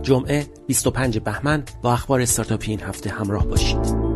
جمعه 25 بهمن با اخبار استارتاپی این هفته همراه باشید.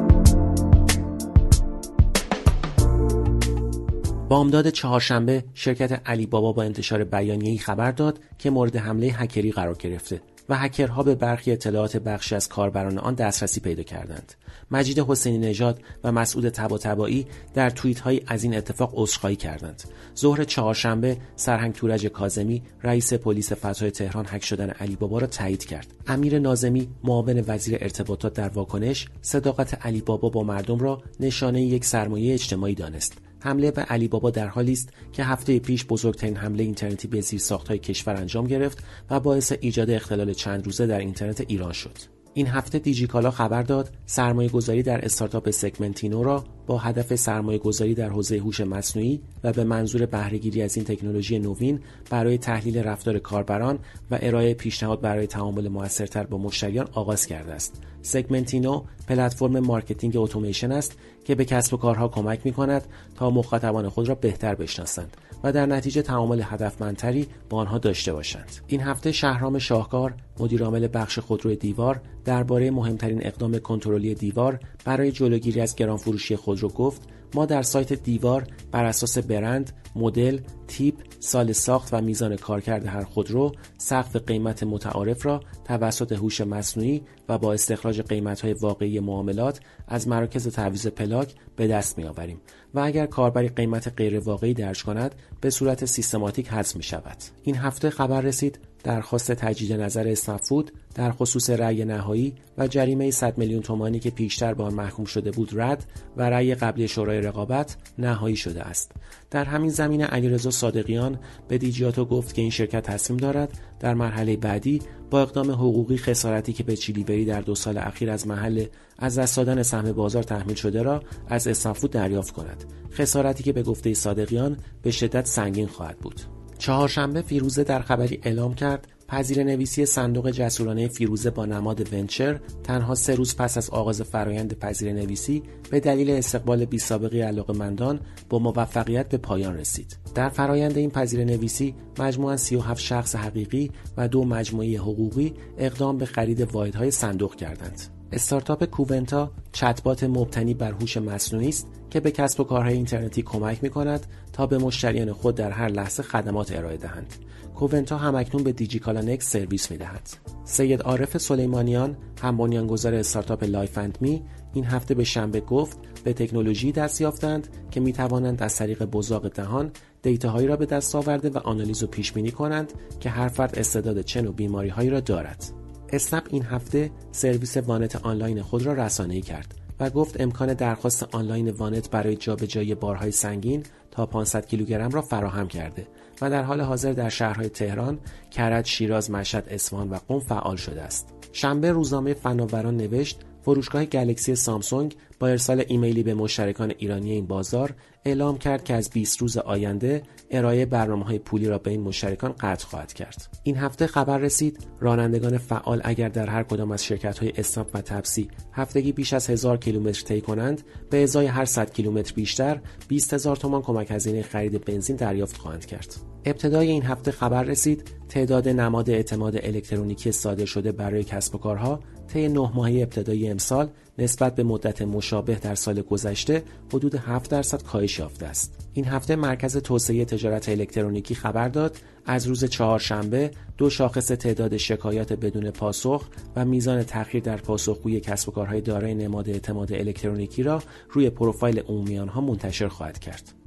بامداد چهارشنبه شرکت علی بابا با انتشار بیانیه‌ای خبر داد که مورد حمله هکری قرار گرفته و هکرها به برخی اطلاعات بخشی از کاربران آن دسترسی پیدا کردند. مجید حسینی نژاد و مسعود طباطبایی در توییت‌هایی از این اتفاق عذرخواهی کردند. ظهر چهارشنبه سرهنگ تورج کاظمی رئیس پلیس فتح تهران هک شدن علی بابا را تایید کرد. امیر ناظمی معاون وزیر ارتباطات در واکنش صداقت علی بابا با مردم را نشانه یک سرمایه اجتماعی دانست. حمله به علی بابا در حالی است که هفته پیش بزرگترین حمله اینترنتی به زیرساخت‌های کشور انجام گرفت و باعث ایجاد اختلال چند روزه در اینترنت ایران شد. این هفته دیجیکالا خبر داد سرمایه‌گذاری در استارتاپ سگمنتینو را با هدف سرمایه‌گذاری در حوزه هوش مصنوعی و به منظور بهره‌گیری از این تکنولوژی نوین برای تحلیل رفتار کاربران و ارائه پیشنهاد برای تعامل موثرتر با مشتریان آغاز کرده است. سگمنتینو پلتفرم مارکتینگ اتوماسیون است که به کسب و کارها کمک می‌کند تا مخاطبان خود را بهتر بشناسند و در نتیجه تعامل هدفمندتری با آنها داشته باشند. این هفته شهرام شاهکار مدیرعامل بخش خودرو دیوار درباره مهمترین اقدام کنترلی دیوار برای جلوگیری از گرانفروشی خودرو گفت: ما در سایت دیوار بر اساس برند، مدل، تیپ، سال ساخت و میزان کارکرد هر خودرو سقف قیمت متعارف را توسط هوش مصنوعی و با استخراج قیمت‌های واقعی معاملات از مراکز تعویض پلاک به دست می‌آوریم و اگر کاربری قیمت غیر واقعی درج کند به صورت سیستماتیک حذف می‌شود. این هفته خبر رسید درخواست تجدید نظر اسنپ‌فود در خصوص رأی نهایی و جریمه 100 میلیون تومانی که پیشتر به آن محکوم شده بود رد و رأی قبلی شورای رقابت نهایی شده است. در همین زمینه علیرضا صادقیان به دیجیاتو گفت که این شرکت تصمیم دارد در مرحله بعدی با اقدام حقوقی خسارتی که به چیلیبری در 2 سال اخیر از محل از دست دادن سهم بازار تحمیل شده را از اسنپ‌فود دریافت کند. خسارتی که به گفته صادقیان به شدت سنگین خواهد بود. چهارشنبه فیروزه در خبری اعلام کرد پذیره‌نویسی صندوق جسورانه فیروزه با نماد ونچر تنها 3 روز پس از آغاز فرایند پذیره‌نویسی به دلیل استقبال بی‌سابقه علاقه‌مندان با موفقیت به پایان رسید. در فرایند این پذیره‌نویسی مجموعاً 37 شخص حقیقی و 2 مجموعه حقوقی اقدام به خرید واحدهای صندوق کردند. استارتاپ کوونتا چت‌بات مبتنی بر هوش مصنوعی است که به کسب و کارهای اینترنتی کمک می‌کند تا به مشتریان خود در هر لحظه خدمات ارائه دهند. کوونتا همکنون به دیجیکالا نکس سرویس می‌دهد. سید عارف سلیمانیان هم بنیانگذار استارتاپ لایف اند می این هفته به شنبه گفت به تکنولوژی دست یافتند که می‌توانند از طریق بزاق دهان دیتاهایی را به دست آورده و آنالیز و پیش‌بینی کنند که هر فرد استعداد چه نوع بیماری‌هایی را دارد. اسنپ این هفته سرویس وانت آنلاین خود را رسانه‌ای کرد و گفت امکان درخواست آنلاین وانت برای جابجایی بارهای سنگین تا 500 کیلوگرم را فراهم کرده و در حال حاضر در شهرهای تهران، کرج، شیراز، مشهد، اصفهان و قم فعال شده است. شنبه روزنامه فناوران نوشت فروشگاه گلکسی سامسونگ با ارسال ایمیلی به مشترکان ایرانی این بازار اعلام کرد که از 20 روز آینده ارائه برنامه‌های پولی را به این مشترکان قطع خواهد کرد. این هفته خبر رسید رانندگان فعال اگر در هر کدام از شرکت‌های اسنپ و تپسی هفتگی بیش از 1000 کیلومتر طی کنند به ازای هر 100 کیلومتر بیشتر 20000 تومان کمک هزینه خرید بنزین دریافت خواهند کرد. ابتدای این هفته خبر رسید تعداد نماد اعتماد الکترونیکی صادر شده برای کسب و کارها طی 9 ماهه ابتدایی امسال نسبت به مدت مشابه در سال گذشته حدود 7% کاهش یافته است. این هفته مرکز توسعه تجارت الکترونیکی خبر داد از روز چهارشنبه 2 شاخص تعداد شکایات بدون پاسخ و میزان تأخیر در پاسخگویی کسب و کارهای دارای نماد اعتماد الکترونیکی را روی پروفایل عمومی آنها منتشر خواهد کرد.